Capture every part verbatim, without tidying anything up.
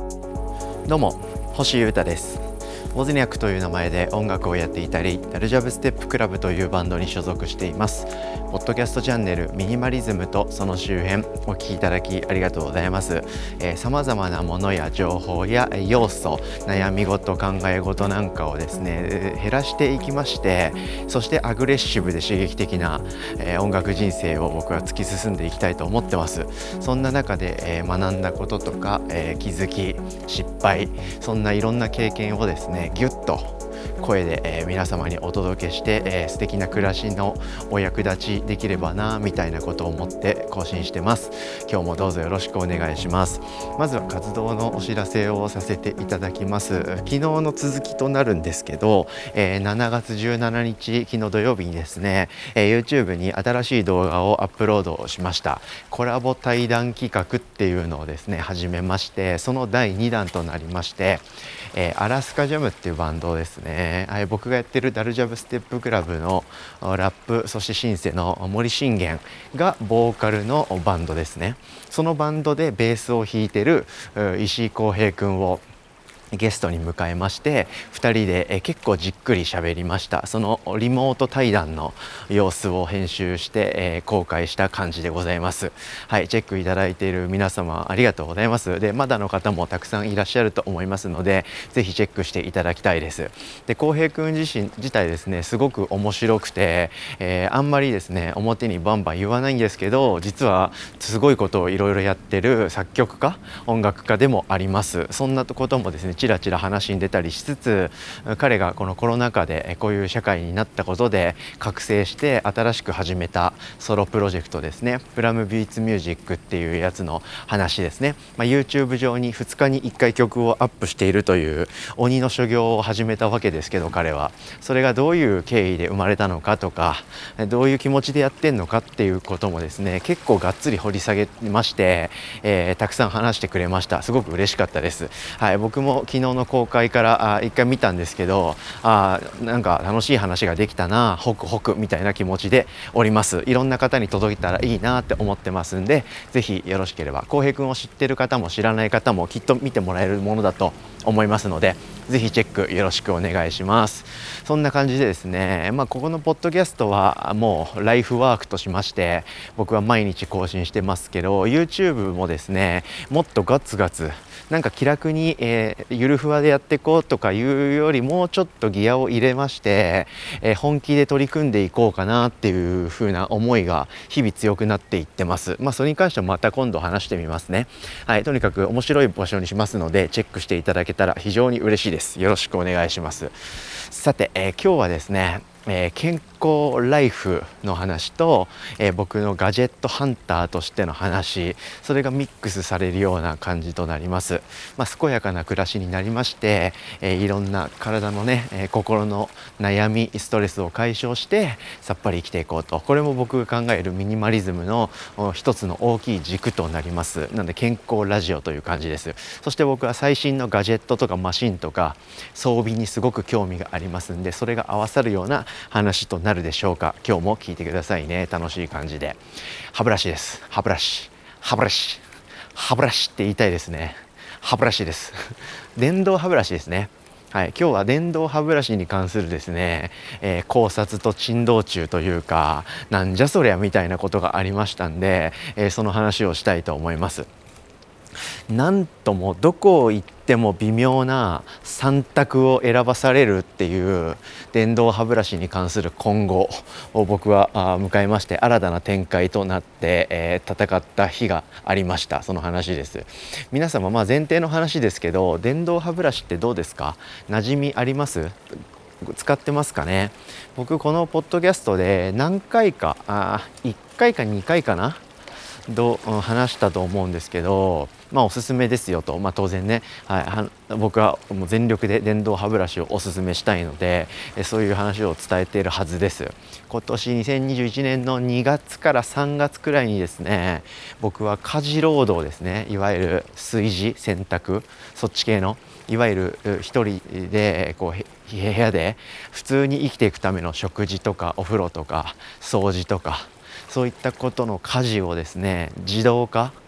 どうも、星優太です。ウォズニャックという名前で音楽をやっていたり、ダルジャブステップクラブというバンドに所属しています。ポッドキャストチャンネルミニマリズムとその周辺お聞きいただきありがとうございます。さまざまなものや情報や要素、悩み事、考え事なんかをですね減らしていきまして、そしてアグレッシブで刺激的な、えー、音楽人生を僕は突き進んでいきたいと思ってます。そんな中で、えー、学んだこととか、えー、気づき、失敗、そんないろんな経験をですねギュッと声で、えー、皆様にお届けして、えー、素敵な暮らしのお役立ちできればなみたいなことを思って更新してます。今日もどうぞよろしくお願いします。まずは活動のお知らせをさせていただきます。昨日の続きとなるんですけど、えー、しちがつじゅうしちにち昨日土曜日にですね、えー、YouTube に新しい動画をアップロードしました。コラボ対談企画っていうのをですね始めまして、そのだいにだんとなりまして、えー、アラスカジャムっていうバンドですね、はい、僕がやってるダルジャブステップクラブのラップ、そしてシンセの森信玄がボーカルのバンドですね。そのバンドでベースを弾いてる石井康平くんをゲストに迎えまして、ふたりでえ結構じっくり喋りました。そのリモート対談の様子を編集して、えー、公開した感じでございます。はい、チェックいただいている皆様ありがとうございます。で、まだの方もたくさんいらっしゃると思いますので、ぜひチェックしていただきたいです。で、浩平くん自身自体ですねすごく面白くて、えー、あんまりですね表にバンバン言わないんですけど、実はすごいことをいろいろやってる作曲家、音楽家でもあります。そんなこともですねちらちら話に出たりしつつ、彼がこのコロナ禍でこういう社会になったことで覚醒して新しく始めたソロプロジェクトですね、プラムビーツミュージックっていうやつの話ですね。まあ、YouTube 上にふつかにいっかい曲をアップしているという鬼の修行を始めたわけですけど、彼はそれがどういう経緯で生まれたのかとか、どういう気持ちでやってんのかっていうこともですね結構がっつり掘り下げまして、えー、たくさん話してくれました。すごく嬉しかったです。はい、僕も昨日の公開からいっかい見たんですけど、あなんか楽しい話ができたな、ホクホクみたいな気持ちでおります。いろんな方に届いたらいいなって思ってますんで、ぜひよろしければ、浩平くんを知ってる方も知らない方もきっと見てもらえるものだと思いますので、ぜひチェックよろしくお願いします。そんな感じでですね、まあ、ここのポッドキャストはもうライフワークとしまして僕は毎日更新してますけど、 YouTube もですねもっとガツガツなんか気楽に、えー、ゆるふわでやっていこうとかいうよりもうちょっとギアを入れまして、えー、本気で取り組んでいこうかなっていう風な思いが日々強くなっていってます。まあそれに関してはまた今度話してみますね。はい、とにかく面白い場所にしますのでチェックしていただけたら非常に嬉しいです。よろしくお願いします。さて、えー、今日はですね、えー、健康ライフの話と、えー、僕のガジェットハンターとしての話、それがミックスされるような感じとなります。まあ、健やかな暮らしになりまして、えー、いろんな体のね、えー、心の悩みストレスを解消してさっぱり生きていこうと、これも僕が考えるミニマリズムの一つの大きい軸となります。なので健康ラジオという感じです。そして僕は最新のガジェットとかマシンとか装備にすごく興味がありますんで、それが合わさるような話となるでしょうか。今日も聞いてくださいね。楽しい感じで。歯ブラシです。歯ブラシ歯ブラシ歯ブラシって言いたいですね。歯ブラシです電動歯ブラシですね。はい、今日は電動歯ブラシに関するですね、えー、考察と珍道中というか、なんじゃそりゃみたいなことがありましたんで、えー、その話をしたいと思います。なんともどこを行っても微妙なさん択を選ばされるっていう電動歯ブラシに関する今後を僕は迎えまして、新たな展開となって、えー、戦った日がありました。その話です。皆様、まあ前提の話ですけど、電動歯ブラシってどうですか？馴染みあります？使ってますかね？僕このポッドキャストで何回かあいっかいかにかいかなどう話したと思うんですけど、まあおすすめですよと、まあ、当然ね、はい、僕はもう全力で電動歯ブラシをおすすめしたいので、そういう話を伝えているはずです。今年にせんにじゅういちねんのにがつからさんがつくらいにですね、僕は家事労働ですね、いわゆる炊事洗濯、そっち系のいわゆる一人でこう部屋で普通に生きていくための食事とかお風呂とか掃除とかそういったことの家事をですね自動化、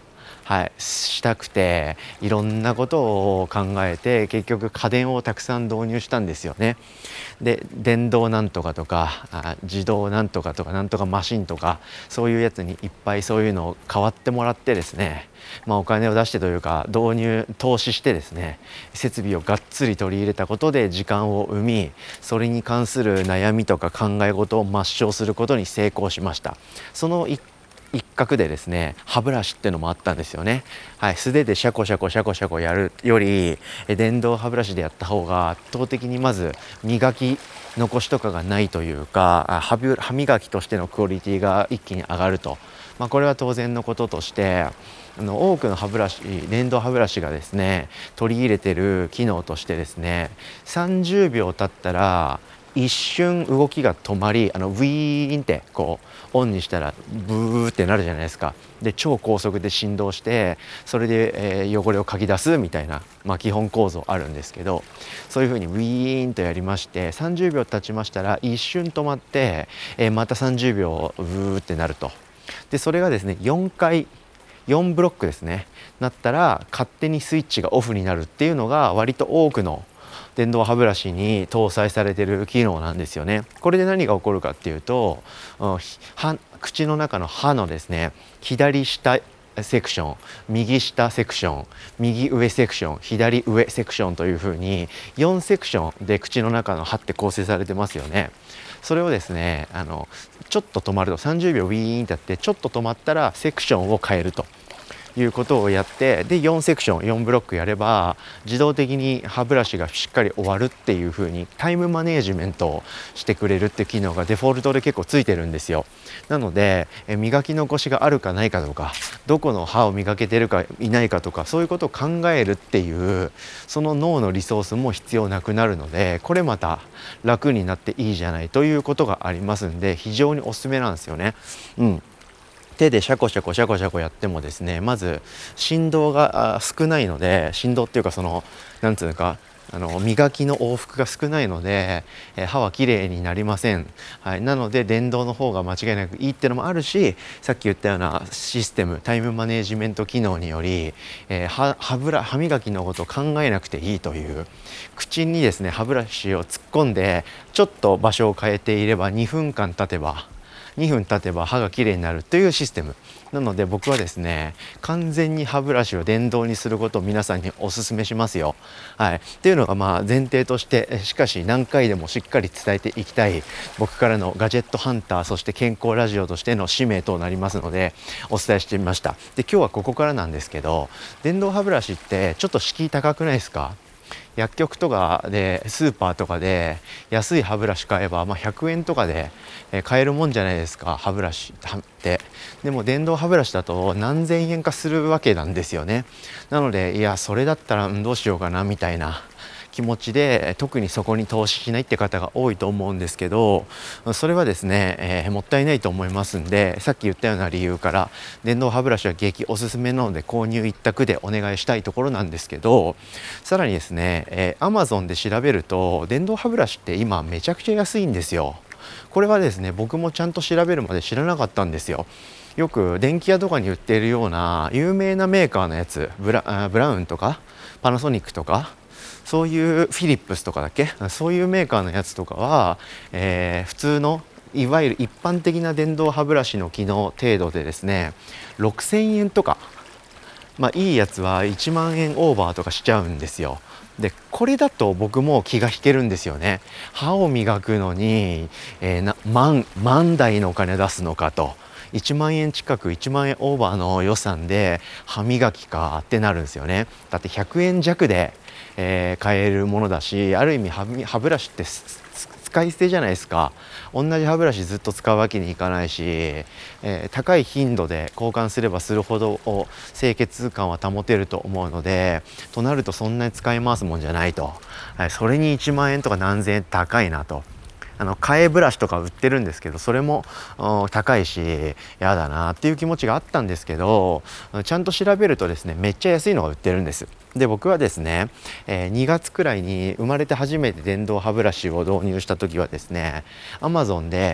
はい、したくていろんなことを考えて結局家電をたくさん導入したんですよね。で電動なんとかとかあ自動なんとかとかなんとかマシンとかそういうやつにいっぱいそういうのを変わってもらってですね、まあ、お金を出してというか導入投資してですね設備をがっつり取り入れたことで時間を生み、それに関する悩みとか考え事を抹消することに成功しました。その一一角でですね歯ブラシっていうのもあったんですよね。はい、素手でシャコシャコシャコシャコやるよりえ電動歯ブラシでやった方が圧倒的にまず磨き残しとかがないというか、あ歯ぶ歯磨きとしてのクオリティが一気に上がると、まあ、これは当然のこととしてあの多くの歯ブラシ電動歯ブラシがですね取り入れてる機能としてですねさんじゅうびょう経ったら一瞬動きが止まり、あのウィーンってこうオンにしたらブーってなるじゃないですか。で超高速で振動してそれで、えー、汚れをかき出すみたいな、まあ、基本構造あるんですけど、そういうふうにウィーンとやりましてさんじゅうびょう経ちましたら一瞬止まって、えー、またさんじゅうびょうブーってなると。でそれがですねよんかいよんブロックですねなったら勝手にスイッチがオフになるっていうのが割と多くの電動歯ブラシに搭載されている機能なんですよね。これで何が起こるかっていうと、歯口の中の歯のですね左下セクション、右下セクション、右上セクション、左上セクションというふうによんセクションで口の中の歯って構成されてますよね。それをですねあのちょっと止まるとさんじゅうびょうウィーンってやってちょっと止まったらセクションを変えるということをやって、でよんセクションよんブロックやれば自動的に歯ブラシがしっかり終わるっていう風にタイムマネージメントをしてくれるっていう機能がデフォルトで結構ついてるんですよ。なのでえ磨き残しがあるかないかとかどこの歯を磨けてるかいないかとかそういうことを考えるっていうその脳のリソースも必要なくなるので、これまた楽になっていいじゃないということがありますんで非常におすすめなんですよね。うん手でシャコシャコシャコシャコやってもですねまず振動が少ないので、振動っていうかそのなんていうのかあの磨きの往復が少ないので、えー、歯はきれいになりません、はい、なので電動の方が間違いなくいいっていうのもあるし、さっき言ったようなシステムタイムマネジメント機能により、えー、歯, 歯ブラ歯磨きのことを考えなくていいという、口にですね歯ブラシを突っ込んでちょっと場所を変えていればにふんかん経てばにふん経てば歯がきれいになるというシステムなので、僕はですね完全に歯ブラシを電動にすることを皆さんにお勧めしますよ。はい、っていうのがまあ前提として、しかし何回でもしっかり伝えていきたい僕からのガジェットハンターそして健康ラジオとしての使命となりますのでお伝えしてみました。で今日はここからなんですけど、電動歯ブラシってちょっと敷居高くないですか？薬局とかでスーパーとかで安い歯ブラシ買えば、まあ、ひゃくえんとかで買えるもんじゃないですか歯ブラシって。でも電動歯ブラシだと何千円かするわけなんですよね。なのでいやそれだったらどうしようかなみたいな気持ちで特にそこに投資しないって方が多いと思うんですけど、それはですね、えー、もったいないと思いますんで、さっき言ったような理由から電動歯ブラシは激おすすめなので購入一択でお願いしたいところなんですけど、さらにですね、えー、Amazon で調べると電動歯ブラシって今めちゃくちゃ安いんですよ。これはですね僕もちゃんと調べるまで知らなかったんですよ。よく電気屋とかに売っているような有名なメーカーのやつ、ブラ、ブラウンとかパナソニックとかそういうフィリップスとかだっけ、そういうメーカーのやつとかは、えー、普通のいわゆる一般的な電動歯ブラシの機能程度でですねろくせんえんとか、まあ、いいやつはいちまんえんオーバーとかしちゃうんですよ。でこれだと僕も気が引けるんですよね。歯を磨くのに、えー、な万万台のお金出すのかと、いちまんえん近くいちまんえんオーバーの予算で歯磨きかってなるんですよね。だってひゃくえん弱で、えー、買えるものだし、ある意味 歯, 歯ブラシって使い捨てじゃないですか。同じ歯ブラシずっと使うわけにいかないし、えー、高い頻度で交換すればするほど清潔感は保てると思うので、となるとそんなに使い回すもんじゃないと、はい、それにいちまんえんとか何千円高いなと。あの替えブラシとか売ってるんですけどそれも高いしやだなっていう気持ちがあったんですけど、ちゃんと調べるとですねめっちゃ安いのが売ってるんです。で僕はですね、えー、にがつくらいに生まれて初めて電動歯ブラシを導入した時はですね Amazon で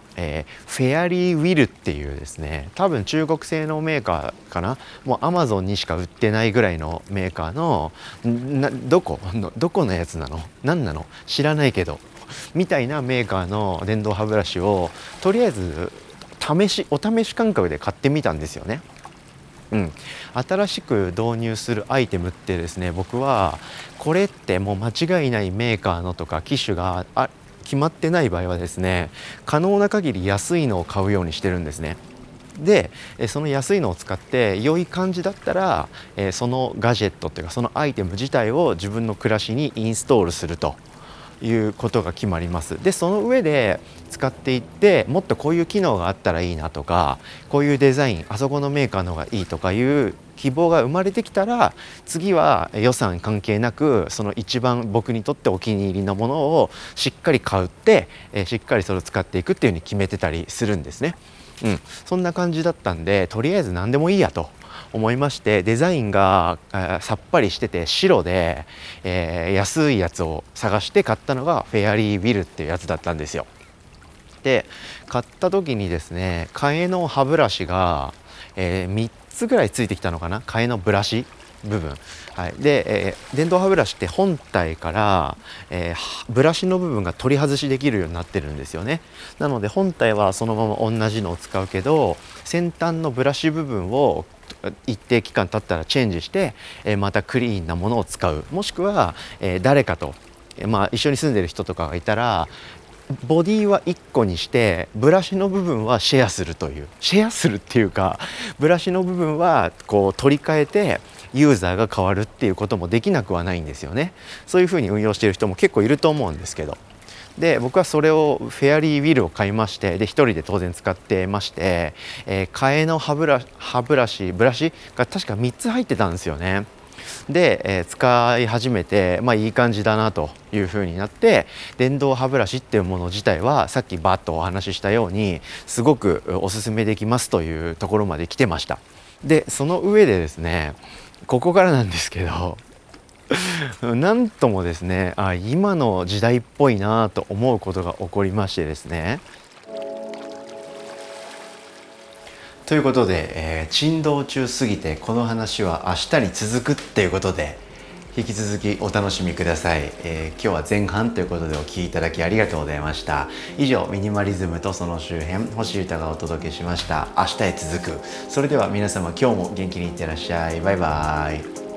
えー、フェアリーウィルっていうですね、多分中国製のメーカーかな、もうアマゾンにしか売ってないぐらいのメーカーのなどこのどこのやつなの、何なの知らないけどみたいなメーカーの電動歯ブラシをとりあえず試しお試し感覚で買ってみたんですよね。うん、新しく導入するアイテムってですね、僕はこれってもう間違いないメーカーのとか機種があ決まってない場合はですね、可能な限り安いのを買うようにしてるんですね。でその安いのを使って良い感じだったら、そのガジェットっていうかそのアイテム自体を自分の暮らしにインストールするということが決まります。でその上で使っていって、もっとこういう機能があったらいいなとか、こういうデザインあそこのメーカーの方がいいとかいう希望が生まれてきたら、次は予算関係なくその一番僕にとってお気に入りのものをしっかり買って、えしっかりそれを使っていくっていうふうに決めてたりするんですね。うん、そんな感じだったんで、とりあえず何でもいいやと思いまして、デザインが、えー、さっぱりしてて白で、えー、安いやつを探して買ったのがフェアリーウィルっていうやつだったんですよ。で買った時にですね、替えの歯ブラシが、えー、みっつぐらいついてきたのかな、替えのブラシ部分、はい、で、えー、電動歯ブラシって本体から、えー、ブラシの部分が取り外しできるようになってるんですよね。なので本体はそのまま同じのを使うけど、先端のブラシ部分を一定期間経ったらチェンジして、えー、またクリーンなものを使う、もしくは、えー、誰かと、えーまあ、一緒に住んでる人とかがいたらボディはいっこにしてブラシの部分はシェアするという、シェアするっていうか、ブラシの部分はこう取り替えてユーザーが変わるっていうこともできなくはないんですよね。そういうふうに運用している人も結構いると思うんですけど、で僕はそれをフェアリーウィルを買いまして、で一人で当然使ってまして、えー、替えの歯ブラ歯ブラシブラシが確かみっつ入ってたんですよね。で、えー、使い始めて、まあ、いい感じだなというふうになって、電動歯ブラシっていうもの自体はさっきバッとお話ししたようにすごくおすすめできますというところまで来てました。でその上でですね、ここからなんですけどなんともですね、あ今の時代っぽいなと思うことが起こりましてですね。ということで、えー、珍道中すぎてこの話は明日に続くっていうことで、引き続きお楽しみください。えー、今日は前半ということでお聞きいただきありがとうございました。以上、ミニマリズムとその周辺、星優太がお届けしました。明日へ続く。それでは皆様、今日も元気にいってらっしゃい。バイバイ。